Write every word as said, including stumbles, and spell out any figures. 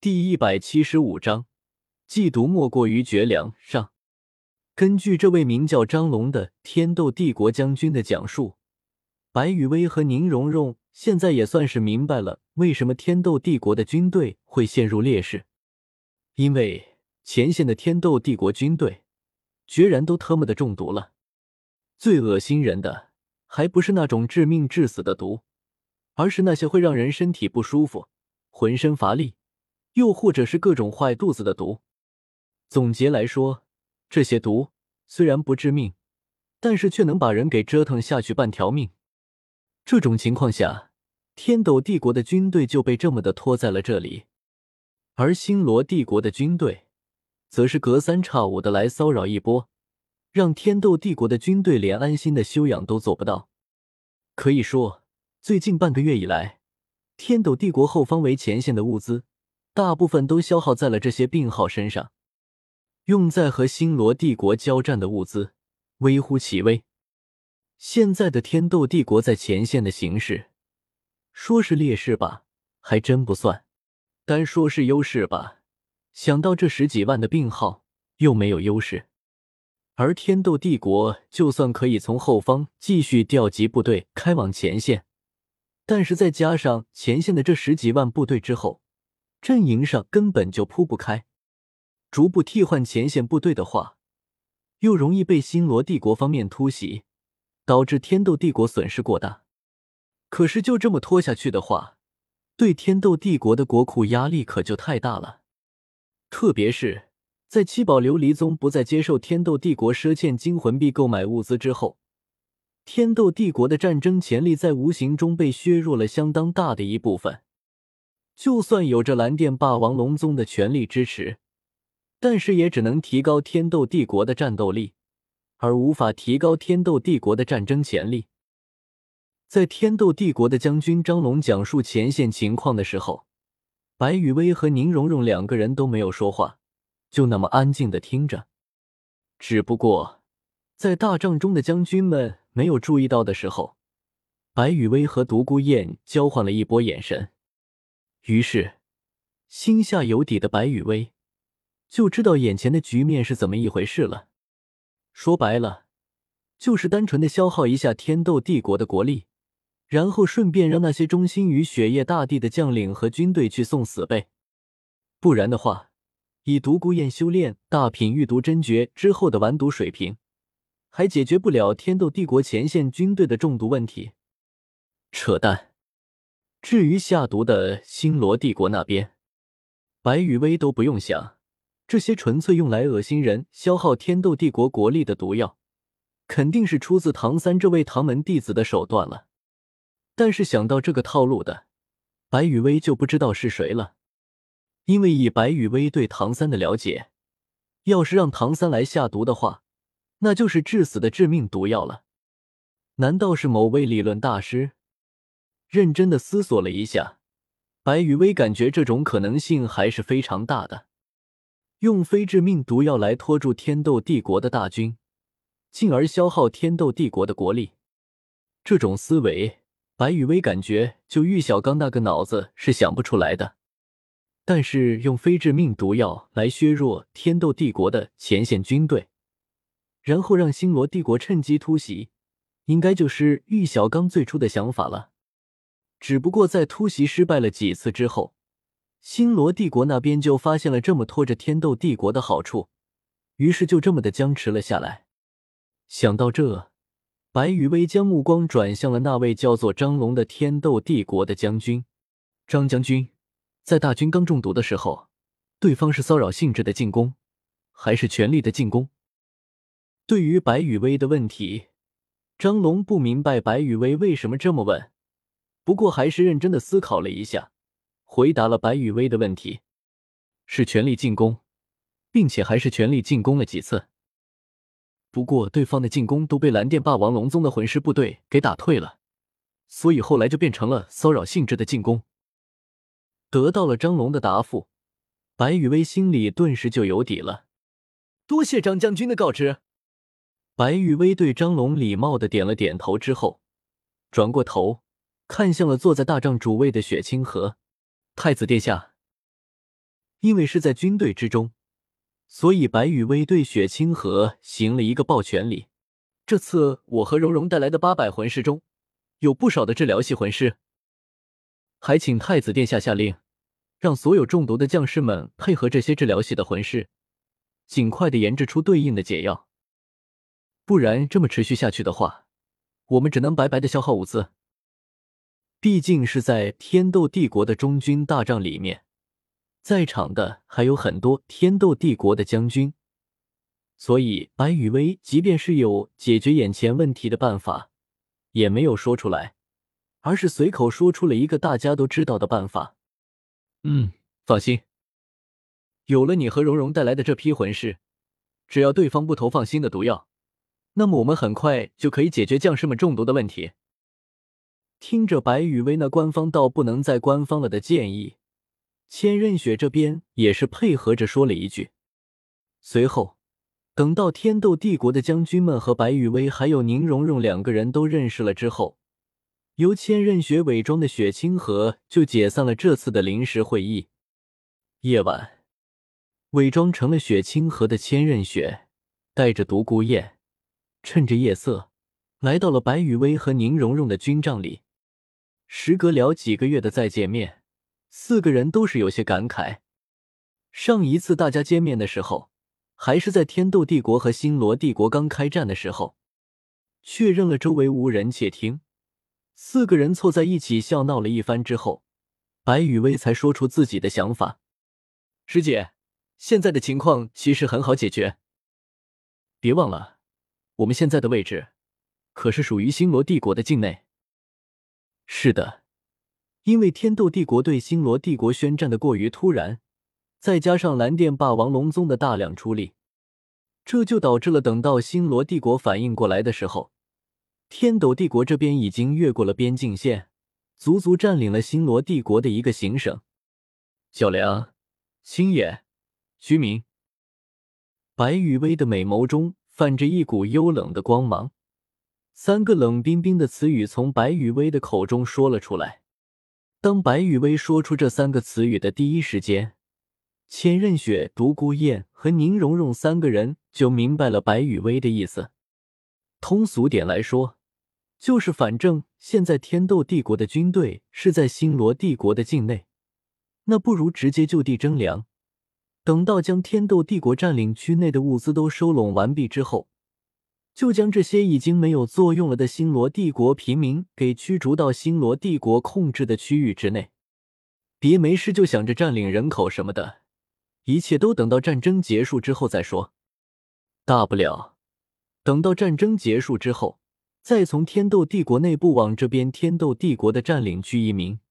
第一百七十五章，嫉妒莫过于绝粮上。根据这位名叫张龙的天斗帝国将军的讲述，白羽薇和宁荣荣现在也算是明白了为什么天斗帝国的军队会陷入劣势。因为前线的天斗帝国军队决然都特么的中毒了。最恶心人的还不是那种致命致死的毒，而是那些会让人身体不舒服、浑身乏力，又或者是各种坏肚子的毒。总结来说，这些毒虽然不致命，但是却能把人给折腾下去半条命。这种情况下，天斗帝国的军队就被这么的拖在了这里，而星罗帝国的军队则是隔三差五的来骚扰一波，让天斗帝国的军队连安心的休养都做不到。可以说，最近半个月以来，天斗帝国后方为前线的物资大部分都消耗在了这些病号身上，用在和星罗帝国交战的物资微乎其微。现在的天斗帝国在前线的形势，说是劣势吧，还真不算；单说是优势吧，想到这十几万的病号，又没有优势。而天斗帝国就算可以从后方继续调集部队开往前线，但是再加上前线的这十几万部队之后，阵营上根本就铺不开。逐步替换前线部队的话，又容易被星罗帝国方面突袭，导致天斗帝国损失过大。可是就这么拖下去的话，对天斗帝国的国库压力可就太大了。特别是在七宝琉璃宗不再接受天斗帝国赊欠金魂币购买物资之后，天斗帝国的战争潜力在无形中被削弱了相当大的一部分。就算有着蓝电霸王龙宗的全力支持，但是也只能提高天斗帝国的战斗力，而无法提高天斗帝国的战争潜力。在天斗帝国的将军张龙讲述前线情况的时候，白羽薇和宁荣荣两个人都没有说话，就那么安静地听着。只不过在大帐中的将军们没有注意到的时候，白羽薇和独孤雁交换了一波眼神。于是心下有底的白羽薇就知道眼前的局面是怎么一回事了。说白了，就是单纯的消耗一下天斗帝国的国力，然后顺便让那些忠心于雪夜大帝的将领和军队去送死呗。不然的话，以独孤雁修炼大品御毒真诀之后的完毒水平，还解决不了天斗帝国前线军队的中毒问题。扯淡。至于下毒的星罗帝国那边，白羽薇都不用想，这些纯粹用来恶心人、消耗天斗帝国国力的毒药，肯定是出自唐三这位唐门弟子的手段了。但是想到这个套路的，白羽薇就不知道是谁了。因为以白羽薇对唐三的了解，要是让唐三来下毒的话，那就是致死的致命毒药了。难道是某位理论大师？认真的思索了一下，白羽薇感觉这种可能性还是非常大的。用非致命毒药来拖住天斗帝国的大军，进而消耗天斗帝国的国力，这种思维白羽薇感觉就玉小刚那个脑子是想不出来的。但是用非致命毒药来削弱天斗帝国的前线军队，然后让星罗帝国趁机突袭，应该就是玉小刚最初的想法了。只不过在突袭失败了几次之后，星罗帝国那边就发现了这么拖着天斗帝国的好处，于是就这么的僵持了下来。想到这，白羽薇将目光转向了那位叫做张龙的天斗帝国的将军。张将军，在大军刚中毒的时候，对方是骚扰性质的进攻，还是全力的进攻？对于白羽薇的问题，张龙不明白白羽薇为什么这么问，不过还是认真的思考了一下，回答了白羽薇的问题。是全力进攻，并且还是全力进攻了几次。不过对方的进攻都被蓝电霸王龙宗的魂师部队给打退了，所以后来就变成了骚扰性质的进攻。得到了张龙的答复，白羽薇心里顿时就有底了。多谢张将军的告知。白羽薇对张龙礼貌地点了点头之后，转过头看向了坐在大帐主位的雪清河。太子殿下。 因为是在军队之中，所以白羽薇对雪清河行了一个抱拳礼。这次我和蓉蓉带来的八百魂师中，有不少的治疗系魂师，还请太子殿下下令，让所有中毒的将士们配合这些治疗系的魂师，尽快的研制出对应的解药。不然这么持续下去的话，我们只能白白的消耗物资。毕竟是在天斗帝国的中军大帐里面，在场的还有很多天斗帝国的将军，所以白羽薇即便是有解决眼前问题的办法，也没有说出来，而是随口说出了一个大家都知道的办法。嗯，放心，有了你和蓉蓉带来的这批魂师，只要对方不投放新的毒药，那么我们很快就可以解决将士们中毒的问题。听着白羽薇那官方到不能再官方了的建议，千仞雪这边也是配合着说了一句。随后，等到天斗帝国的将军们和白羽薇还有宁荣荣两个人都认识了之后，由千仞雪伪装的雪清河就解散了这次的临时会议。夜晚，伪装成了雪清河的千仞雪带着独孤雁，趁着夜色来到了白羽薇和宁荣荣的军帐里。时隔了几个月的再见面，四个人都是有些感慨。上一次大家见面的时候，还是在天斗帝国和星罗帝国刚开战的时候。确认了周围无人窃听，四个人凑在一起笑闹了一番之后，白羽薇才说出自己的想法。师姐，现在的情况其实很好解决。别忘了，我们现在的位置可是属于星罗帝国的境内。是的，因为天斗帝国对星罗帝国宣战的过于突然，再加上蓝电霸王龙宗的大量出力，这就导致了等到星罗帝国反应过来的时候，天斗帝国这边已经越过了边境线，足足占领了星罗帝国的一个行省。小梁、青野、徐明。白羽薇的美眸中泛着一股幽冷的光芒，三个冷冰冰的词语从白羽薇的口中说了出来。当白羽薇说出这三个词语的第一时间，千仞雪、独孤雁和宁荣荣三个人就明白了白羽薇的意思。通俗点来说，就是反正现在天斗帝国的军队是在星罗帝国的境内，那不如直接就地征粮，等到将天斗帝国占领区内的物资都收拢完毕之后，就将这些已经没有作用了的星罗帝国平民给驱逐到星罗帝国控制的区域之内。别没事就想着占领人口什么的，一切都等到战争结束之后再说。大不了等到战争结束之后，再从天斗帝国内部往这边天斗帝国的占领区移民。